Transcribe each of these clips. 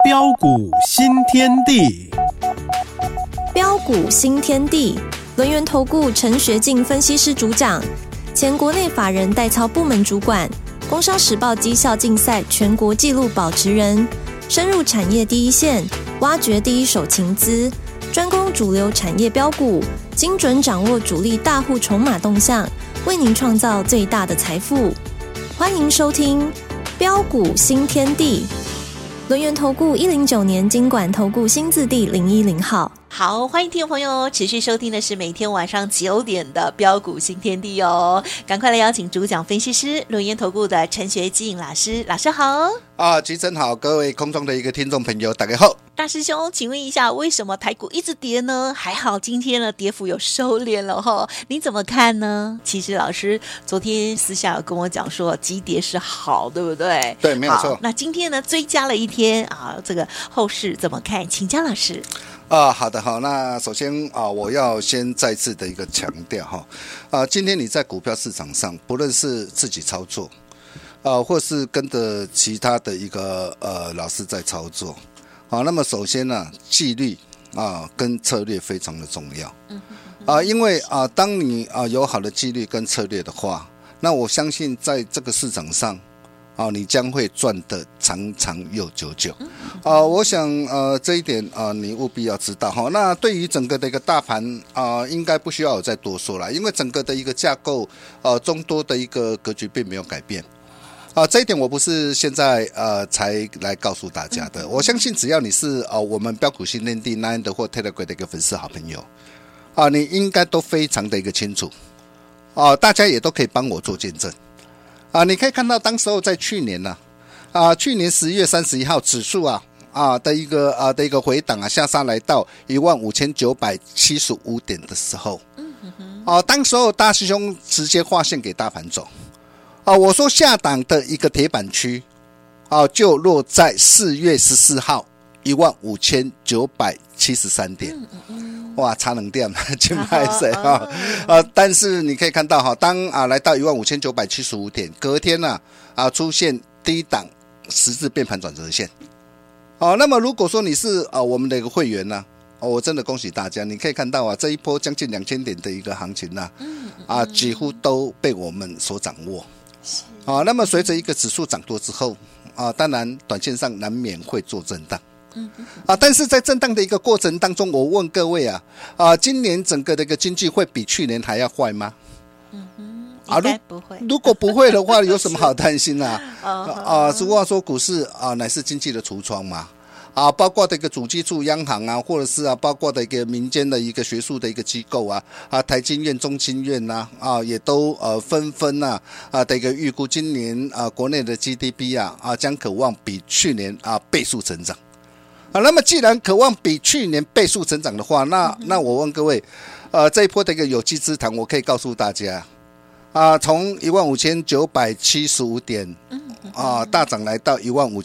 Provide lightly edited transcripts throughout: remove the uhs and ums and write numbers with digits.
标股新天地， 标股新天地，轮源投顾陈学进分析师主讲，前国内法人代操部门主管，工商时报绩效竞赛全国纪录保持人，深入产业第一线，挖掘第一手情资，专攻主流产业标股，精准掌握主力大户筹码动向，为您创造最大的财富。欢迎收听标股新天地，轮源投顾109年金管投顾新字第010号。 好，欢迎听众朋友持续收听的是每天晚上9点的标股新天地哦，赶快来邀请主讲分析师轮源投顾的陈学进老师，老师好。 吉珍好，各位空中的一个听众朋友大家好。 大师兄，请问一下，为什么台股一直跌呢？还好今天呢跌幅有收敛了齁，你怎么看呢？其实老师昨天私下有跟我讲说，急跌是好，对不对？ 对，没有错。 那今天呢追加了一天啊，这个后市怎么看？请教老师。 好的，好，那首先我要先再次的一个强调哈，今天你在股票市场上，不论是自己操作，或是跟着其他的一个老师在操作，那么首先呢，纪律跟策略非常的重要，因为当你有好的纪律跟策略的话，那我相信在这个市场上。你将会赚得长长又久久。我想这一点你务必要知道哈。那对于整个的一个大盘应该不需要我再多说了，因为整个的一个架构众多的一个格局并没有改变。这一点我不是现在才来告诉大家的。我相信只要你是我们标股新天地 Line 的或 Telegram 的一个粉丝好朋友你应该都非常的一个清楚大家也都可以帮我做见证。你可以看到当时候在去年呢去年10月31号指数的一个回档下杀来到15975点的时候当时候大师兄直接划线给大盘走我说下档的一个铁板区就落在4月14号15973点哇，差能点真拍谁但是你可以看到当来到15975点，隔天出现低档十字变盘转折线那么如果说你是我们的一个会员呢我真的恭喜大家，你可以看到这一波将近2000点的一个行情几乎都被我们所掌握那么随着一个指数涨多之后当然短线上难免会做震荡但是在震荡的一个过程当中，我问各位今年整个的一个经济会比去年还要坏吗？ 应该不会。 如果不会的话，有什么好担心俗话说股市乃是经济的橱窗嘛包括的一个主计处、央行或者是包括的一个民间的一个学术的一个机构台经院、中经院也都纷纷的一个预估今年国内的 GDP 将可望比去年倍数成长。那么既然渴望比去年倍数成长的话，那我问各位这一波的一个有机之谈，我可以告诉大家从15975点大涨来到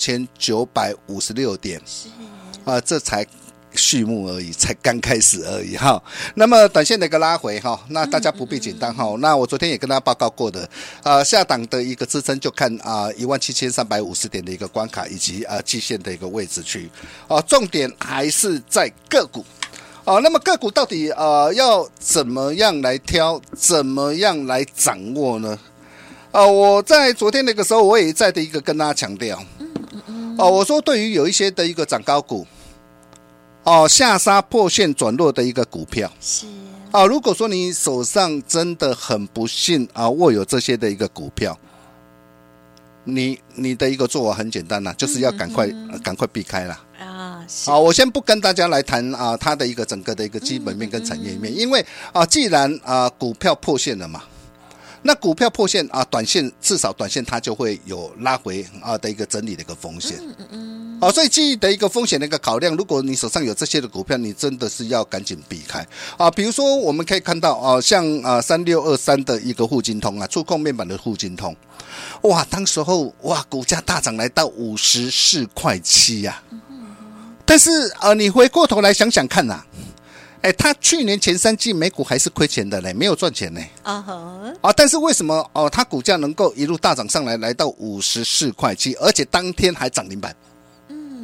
15956点这才序幕而已，才刚开始而已那么短线的一个拉回那大家不必紧张那我昨天也跟大家报告过的下档的一个支撑就看17350点的一个关卡以及季线的一个位置区重点还是在个股那么个股到底要怎么样来挑，怎么样来掌握呢我在昨天那个时候我也一再的一个跟大家强调我说对于有一些的一个涨高股下杀破线转弱的一个股票是如果说你手上真的很不幸握有这些的一个股票，你的一个做法很简单就是要赶快避开啦我先不跟大家来谈它的一个整个的一个基本面跟产业面，因为既然股票破线了嘛，那股票破线短线至少短线它就会有拉回的一个整理的一个风险所以基于的一个风险的一个考量，如果你手上有这些的股票，你真的是要赶紧避开比如说我们可以看到像3623的一个沪金通触控面板的沪金通哇，当时候哇股价大涨来到54.7块但是你回过头来想想看他去年前3季每股还是亏钱的嘞，没有赚钱嘞但是为什么它股价能够一路大涨上来，来到54.7块，而且当天还涨停板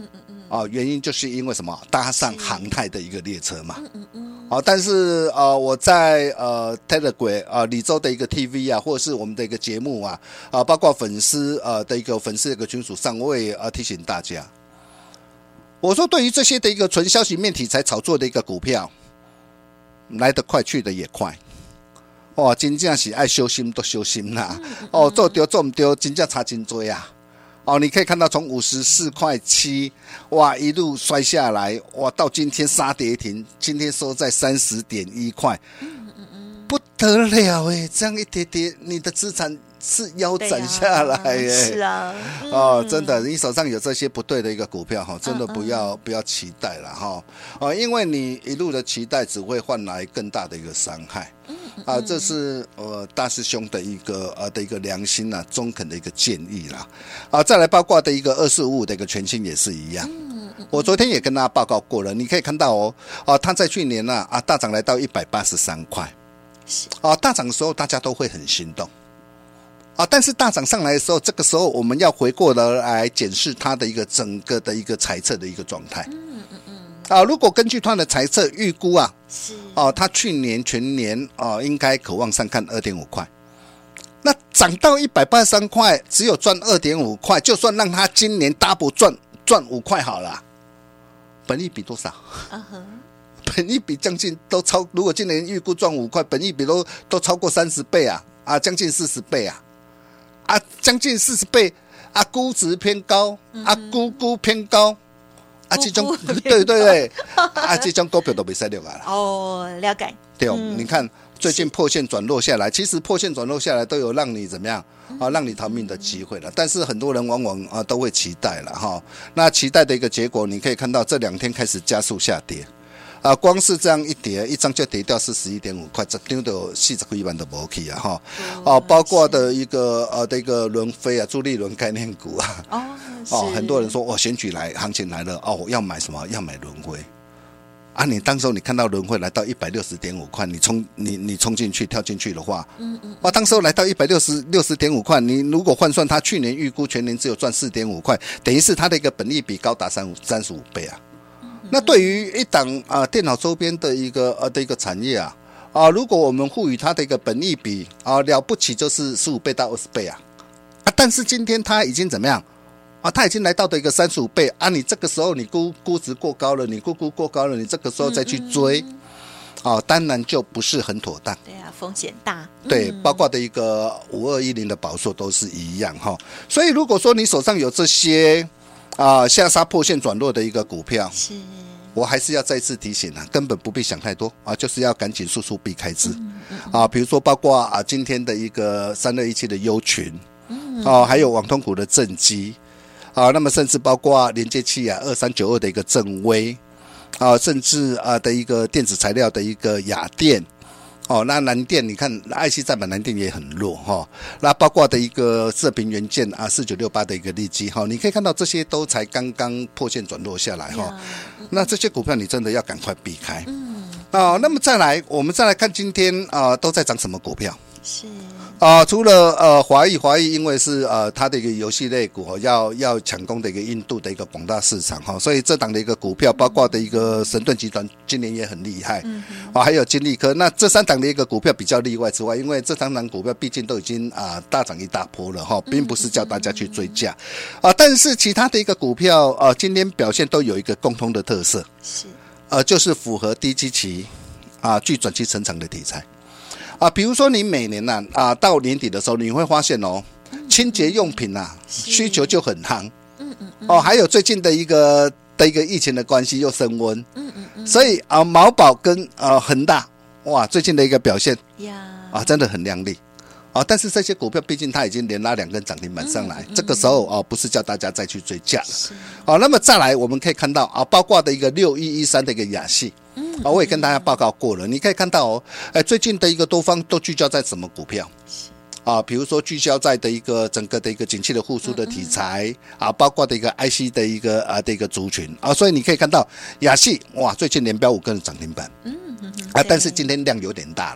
原因就是因为什么？搭上航太的一个列车嘛。但是我在Telegram 李州的一个 TV 啊，或者是我们的一个节目啊，包括粉丝的一个群组上，我也提醒大家，我说对于这些的一个纯消息面题材炒作的一个股票，来得快去得也快。真正是爱修心都修心啦。做对做不对，真正差真多啊。你可以看到从54.7块，哇，一路摔下来，哇，到今天杀跌停，今天收在30.1块，不得了哎！这样一跌跌，你的资产是腰斩下来耶。 是啊， 真的，你手上有这些不对的一个股票哈，真的不要期待了哈，因为你一路的期待只会换来更大的一个伤害。这是大师兄的一个良心啊，中肯的一个建议啦。再来包括的一个2455的一个全新也是一样。我昨天也跟大家报告过了，你可以看到它在去年大涨来到183块。大涨的时候大家都会很心动。但是大涨上来的时候，这个时候我们要回过来检视它的一个整个的一个财测的一个状态。如果根据它的财测预估它去年全年应该可望上看 2.5 块。那涨到183块，只有赚 2.5 块，就算让它今年 double 赚5块好了。本益比多少？本益比将近都超，如果今年预估赚5块，本益比都超过30倍将近40倍将近40倍估值偏高估偏高这种对这种股票都没使了了解。 对你看最近破线转弱下来，其实破线转弱下来都有让你怎么样让你逃命的机会了，但是很多人往往都会期待了那期待的一个结果，你可以看到这2天开始加速下跌。光是这样一跌，一张就跌掉41.5块，这张都40几万都没去包括的一个轮飞朱立伦概念股很多人说选举来，行情来了要买什么？要买轮飞你当时候你看到轮飞来到160.5块，你冲进去跳进去的话，当时候来到160.5块，你如果换算他去年预估全年只有赚 4.5 块，等于是他的一个本益比高达35倍那对于一档电脑周边的一个产业如果我们赋予它的一个本益比了不起就是15倍到20倍但是今天它已经怎么样它已经来到的一个35倍你这个时候你估值过高了，你估过高了，你这个时候再去追当然就不是很妥当。 对风险大。 对，包括的一个5210的宝硕都是一样所以如果说你手上有这些下杀破线转弱的一个股票，我还是要再次提醒根本不必想太多就是要赶紧速速避开支比如说包括今天的一个3217的优群还有网通股的正基那么甚至包括连接器2392的一个正威甚至的一个电子材料的一个雅电那南电你看 IC 载板南电也很弱那包括的一个射频元件4968的一个利基你可以看到这些都才刚刚破线转弱下来那这些股票你真的要赶快避开那么我们再来看今天都在涨什么股票。除了华裔因为是它的一个游戏类股要抢攻的一个印度的一个广大市场所以这档的一个股票包括的一个神盾集团今年也很厉害还有金利科，那这3档的一个股票比较例外之外，因为这3档股票毕竟都已经大涨一大波了并不是叫大家去追价但是其他的一个股票今天表现都有一个共通的特色，就是符合低基期具转期成长的题材比如说你每年到年底的时候，你会发现清洁用品需求就很夯还有最近的一个疫情的关系又升温所以毛宝跟恒大哇最近的一个表现真的很亮丽但是这些股票毕竟它已经连拉2根涨停板上来这个时候不是叫大家再去追价了那么再来我们可以看到包括的一个6113的一个亚系我也跟大家报告过了，你可以看到最近的一个多方都聚焦在什么股票比如说聚焦在的一个整个的一个景气的复苏的题材包括的一个 IC 的一个族群所以你可以看到亚系哇最近连标5根涨停板但是今天量有点大了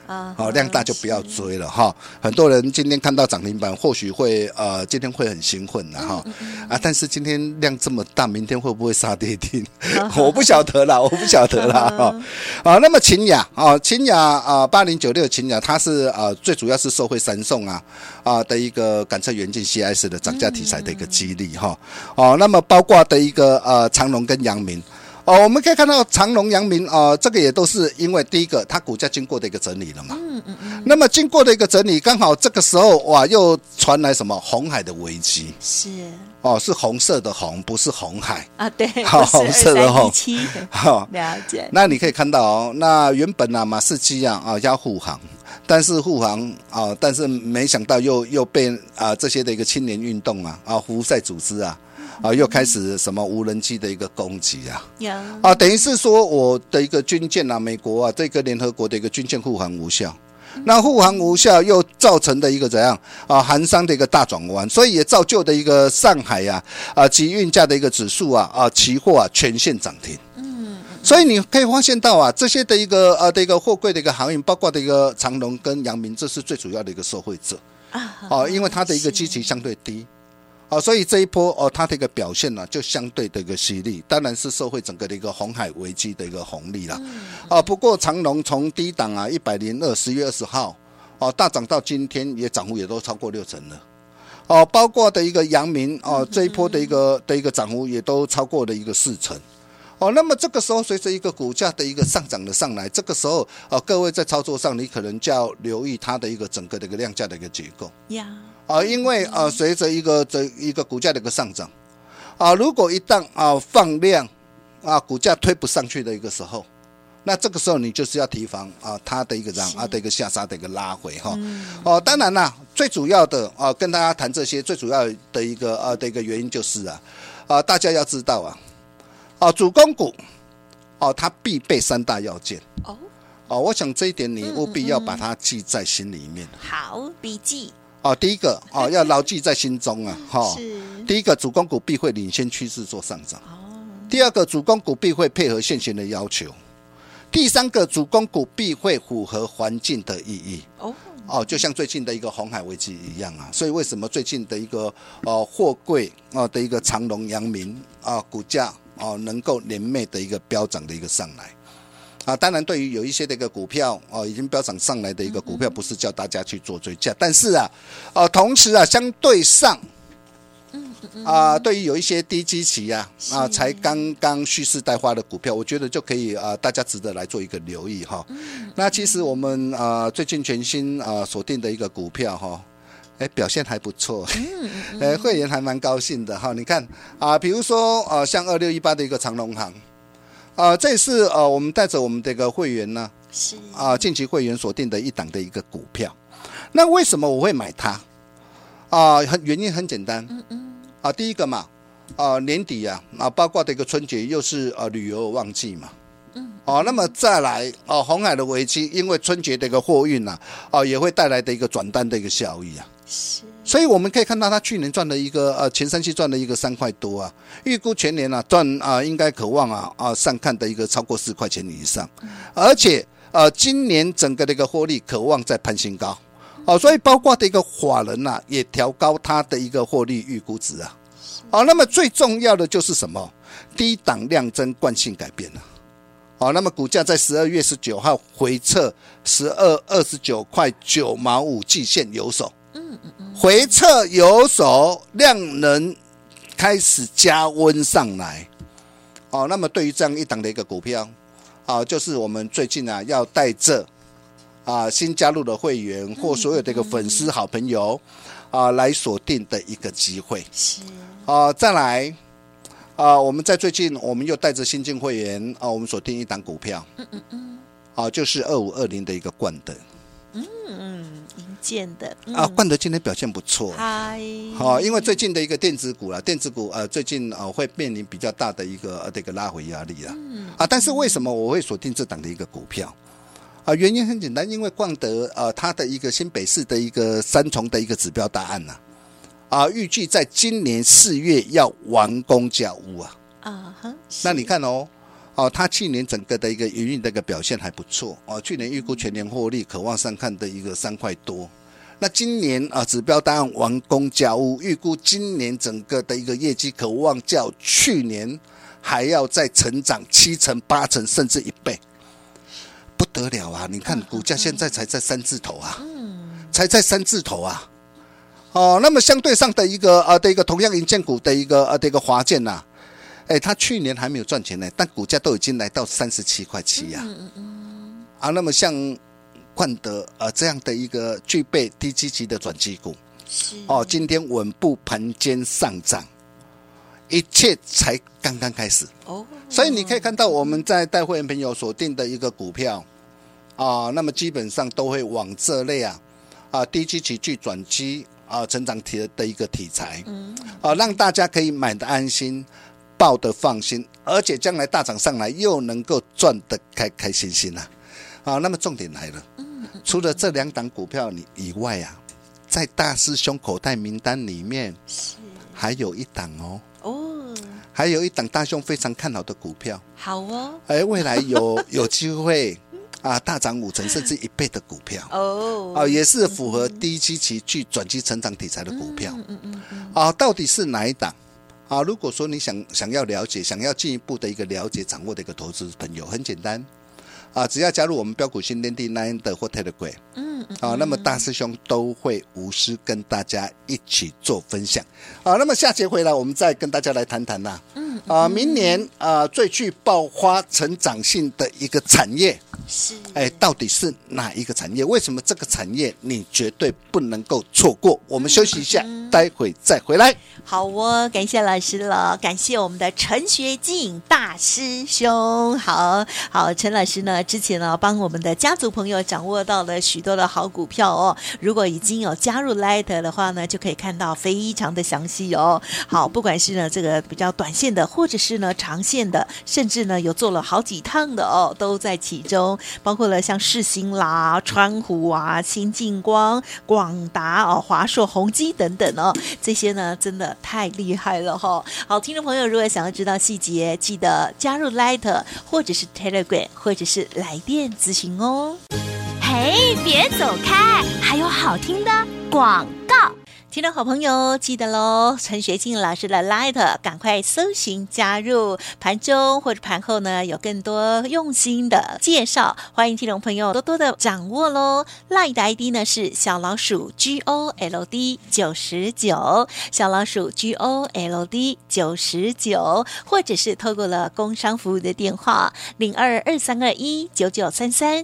量大就不要追了哈。很多人今天看到涨停板，或许会今天会很兴奋的哈但是今天量这么大，明天会不会杀跌停？我不晓得啦哈。那么勤雅8096勤雅，它是最主要是受惠三送的一个感测元件 CIS 的涨价题材的一个激励哈。那么包括的一个长荣跟阳明。我们可以看到长荣、阳明这个也都是因为第一个它股价经过的一个整理了嘛。那么经过的一个整理，刚好这个时候哇，又传来什么红海的危机？是红色的红，不是红海对， 红色的红。 了解。 那你可以看到那原本马士基要护航，但是护航但是没想到又被这些的一个青年运动胡塞组织又开始什么无人机的一个攻击等于是说我的一个军舰美国这个联合国的一个军舰护航无效，那护航无效又造成的一个怎样韩商的一个大转弯，所以也造就的一个上海集运价的一个指数期货全线涨停。所以你可以发现到这些的一个货柜的一个航运，包括的一个长荣跟阳明，这是最主要的一个受惠者因为它的一个基期相对低。所以这一波它的一个表现就相对的一个犀利，当然是受惠整个的一个红海危机的一个红利啦。不过长荣从低档102 10月20号大涨到今天，涨幅也都超过60%了。包括的一个阳明这一波的一个涨幅也都超过了一个40%。那么这个时候随着一个股价的一个上涨的上来，这个时候各位在操作上你可能就要留意它的一个整个的一个量价的一个结构。因为随着一个股价的一个上涨如果一旦放量股价推不上去的一个时候，那这个时候你就是要提防它的一个的一个下杀的一个拉回当然啦，最主要的跟大家谈这些最主要的一个原因就是大家要知道主攻股它必备3大要件我想这一点你务必要把它记在心里面。 好，笔记。 第一个要牢记在心中第一个，主攻股必会领先趋势做上涨。第二个，主攻股必会配合现行的要求。第三个，主攻股必会符合环境的意义。就像最近的一个红海危机一样所以为什么最近的一个货柜的一个长荣、阳明股价能够连袂的一个飙涨的一个上来。当然对于有一些的一个股票已经飙涨上来的一个股票，不是叫大家去做追价，但是同时相对上对于有一些低基期才刚刚蓄势待发的股票，我觉得就可以大家值得来做一个留意那其实我们最近全新锁定的一个股票表现还不错会员还蛮高兴的你看比如说像2618的一个长荣航这也是我们带着我们的一个会员呢近期会员锁定的一档的一个股票。那为什么我会买它原因很简单第一个嘛年底包括的一个春节又是旅游旺季嘛那么再来红海的危机，因为春节的一个货运也会带来的一个转单的一个效益所以我们可以看到它去年赚了一个前3季赚了一个3块多预估全年赚应该渴望上看的一个超过4块钱以上，而且今年整个的一个获利渴望再攀新高所以包括的一个法人也调高它的一个获利预估值那么最重要的就是什么？低档量增惯性改变了那么股价在12月19号回测29块9毛5季线有手回测有手，量能开始加温上来那么对于这样一档的一个股票就是我们最近要带着新加入的会员或所有的一个粉丝好朋友来锁定的一个机会再来我们在最近我们又带着新进会员我们锁定一档股票就是2520的一个冠德银建的冠德今天表现不错因为最近的一个电子股最近会面临比较大的一个拉回压力但是为什么我会锁定这档的一个股票原因很简单，因为冠德它的一个新北市的一个3重的一个指标答案预计在今年4月要完工交屋那你看它去年整个的一个营运的一个表现还不错去年预估全年获利可望上看的一个3块多。那今年指标档案完工交屋，预估今年整个的一个业绩可望较去年还要再成长7成、8成，甚至1倍，不得了啊！你看股价现在才在3字头啊，才在3字头啊。那么相对上的一个同样营建股的一个华健呐，它去年还没有赚钱呢，但股价都已经来到37.7块啊。那么像冠德这样的一个具备低基期的转机股，今天稳步盘间上涨，一切才刚刚开始所以你可以看到我们在带会员朋友锁定的一个股票那么基本上都会往这类低基期具转机成长题的一个题材让大家可以买得安心，抱得放心，而且将来大涨上来又能够赚得开心那么重点来了，除了这2档股票以外在大师兄口袋名单里面还有一档还有一档大兄非常看好的股票， 好未来有机会大涨5成甚至1倍的股票也是符合低基期具转机成长题材的股票到底是哪一档如果说你想要了解，想要进一步的一个了解掌握的一个投资朋友，很简单只要加入我们标股新天地 LINE 的或 Telegram那么大师兄都会无私跟大家一起做分享那么下节回来我们再跟大家来谈谈明年最具爆发成长性的一个产业是到底是哪一个产业？为什么这个产业你绝对不能够错过？我们休息一下待会再回来。 好感谢老师了，感谢我们的陈学进大师兄。好，陈老师呢之前呢帮我们的家族朋友掌握到了许多的好股票如果已经有加入 Light 的话呢，就可以看到非常的详细好，不管是呢这个比较短线的，或者是呢长线的，甚至呢有做了好几趟的都在其中，包括了像世新啦、川湖清净光、广达华硕、宏基等等这些呢真的太厉害了好，听众朋友如果想要知道细节，记得加入 Light 或者是 Telegram 或者是来电咨询嘿，别走开，还有好听的广告。 听众好朋友记得咯，陈学进老师的 Light 赶快搜寻加入，盘中或者盘后呢有更多用心的介绍，欢迎听众朋友多多的掌握咯。 Light 的 ID 呢是小老鼠 GOLD 99，小老鼠 GOLD 99，或者是透过了工商服务的电话0223219933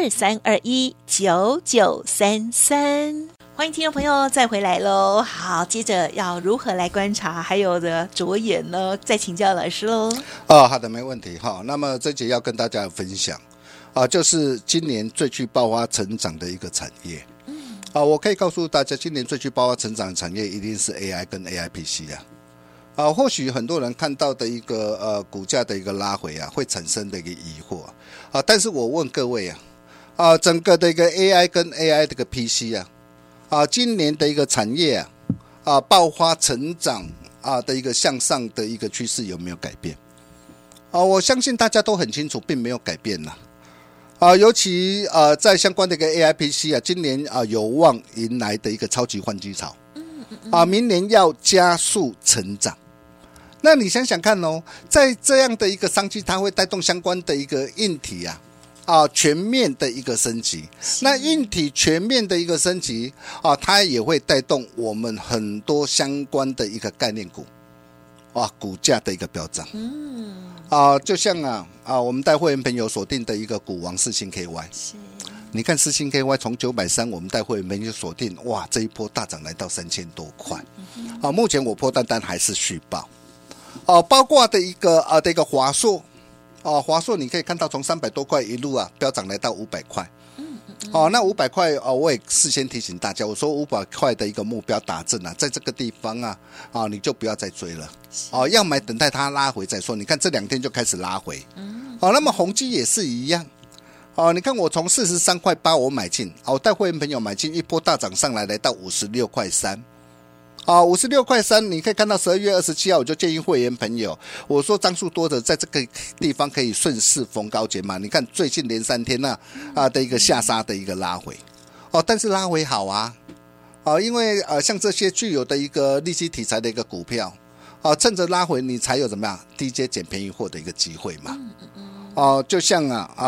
23219933。欢迎听众朋友再回来咯。好，接着要如何来观察还有的着眼呢？再请教老师咯。 好的，没问题那么这节要跟大家分享就是今年最具爆发成长的一个产业我可以告诉大家，今年最具爆发成长的产业一定是 AI 跟 AIPC 或许很多人看到的一个股价的一个拉回会产生的一个疑惑但是我问各位整个的一个 AI 跟 AI 的一个 PC今年的一个产业爆发成长的一个向上的一个趋势有没有改变我相信大家都很清楚，并没有改变尤其在相关的一个 AIPC 今年有望迎来的一个超级换机潮明年要加速成长。那你想想看在这样的一个商机，它会带动相关的一个硬体全面的一个升级，那硬体全面的一个升级它也会带动我们很多相关的一个概念股股价的一个飙涨就像我们带会员朋友锁定的一个股王世新 KY， 你看世新 KY 从930我们带会员朋友锁定，哇，这一波大涨来到3000多块目前我破单还是续报包括的一个华硕华硕你可以看到从300多块一路飙涨来到500块那500块我也事先提醒大家，我说500块的一个目标打正在这个地方你就不要再追了要买等待它拉回再说。你看这2天就开始拉回那么宏基也是一样你看我从43块8我买进我带会员朋友买进，一波大涨上来到56块3 56.3，你可以看到12月27号，我就建议会员朋友，我说张数多的在这个地方可以顺势逢高减码。你看最近连3天的一个下杀的一个拉回，但是拉回好啊，因为像这些具有的一个利基题材的一个股票，趁着拉回你才有怎么样低阶捡便宜货的一个机会嘛。就像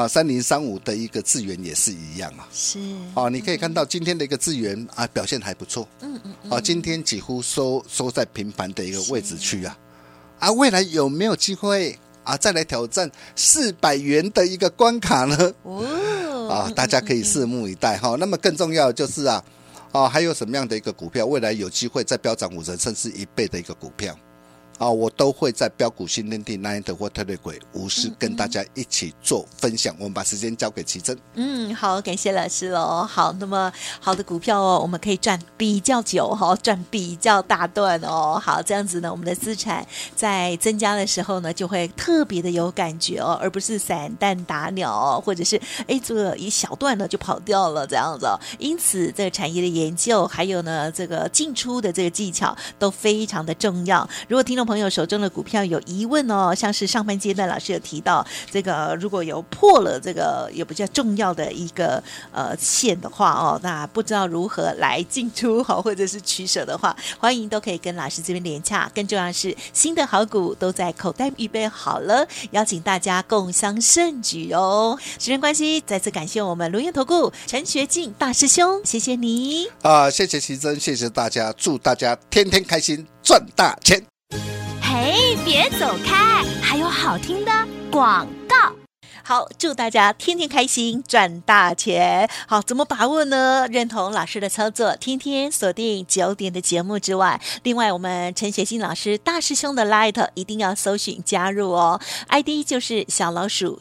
3035的一个智原也是一样啊。 是你可以看到今天的一个智原表现还不错。今天几乎收在平盘的一个位置区啊。未来有没有机会再来挑战400元的一个关卡呢？大家可以拭目以待哈。那么更重要的就是还有什么样的一个股票未来有机会再飙涨50%甚至1倍的一个股票？我都会在标股新天地 LINE 或 Telegram 无私跟大家一起做分享。我们把时间交给奇珍。 好，感谢老师喽。好，那么好的股票我们可以赚比较久赚比较大段好，这样子呢，我们的资产在增加的时候呢，就会特别的有感觉而不是散弹打鸟或者是这个一小段呢就跑掉了这样子因此，这个产业的研究还有呢这个进出的这个技巧都非常的重要。如果听众朋友手中的股票有疑问像是上半阶段老师有提到这个如果有破了这个也比较重要的一个线的话那不知道如何来进出或者是取舍的话，欢迎都可以跟老师这边连洽。更重要的是新的好股都在口袋预备好了，邀请大家共襄盛举时间关系，再次感谢我们轮元投顾陈学进大师兄，谢谢你谢谢奇珍，谢谢大家，祝大家天天开心赚大钱。 嘿，别走开，还有好听的广告。 好，祝大家天天开心赚大钱。好，怎么把握呢？认同老师的操作，天天锁定9点的节目之外，另外我们陈学进老师大师兄的 Light 一定要搜寻加入ID 就是小老鼠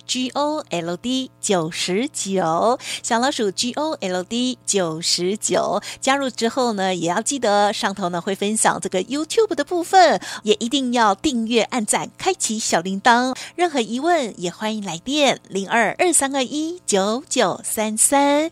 GOLD 99，小老鼠 GOLD 99，加入之后呢，也要记得上头呢会分享这个 YouTube 的部分，也一定要订阅、按赞、开启小铃铛。任何疑问也欢迎来电。0223219933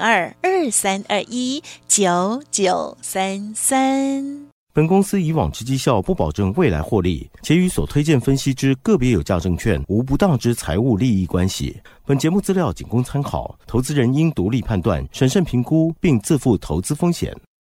0223219933。 本公司以往之绩效不保证未来获利，且与所推荐分析之个别有价证券无不当之财务利益关系。本节目资料仅供参考，投资人应独立判断、审慎评估，并自负投资风险。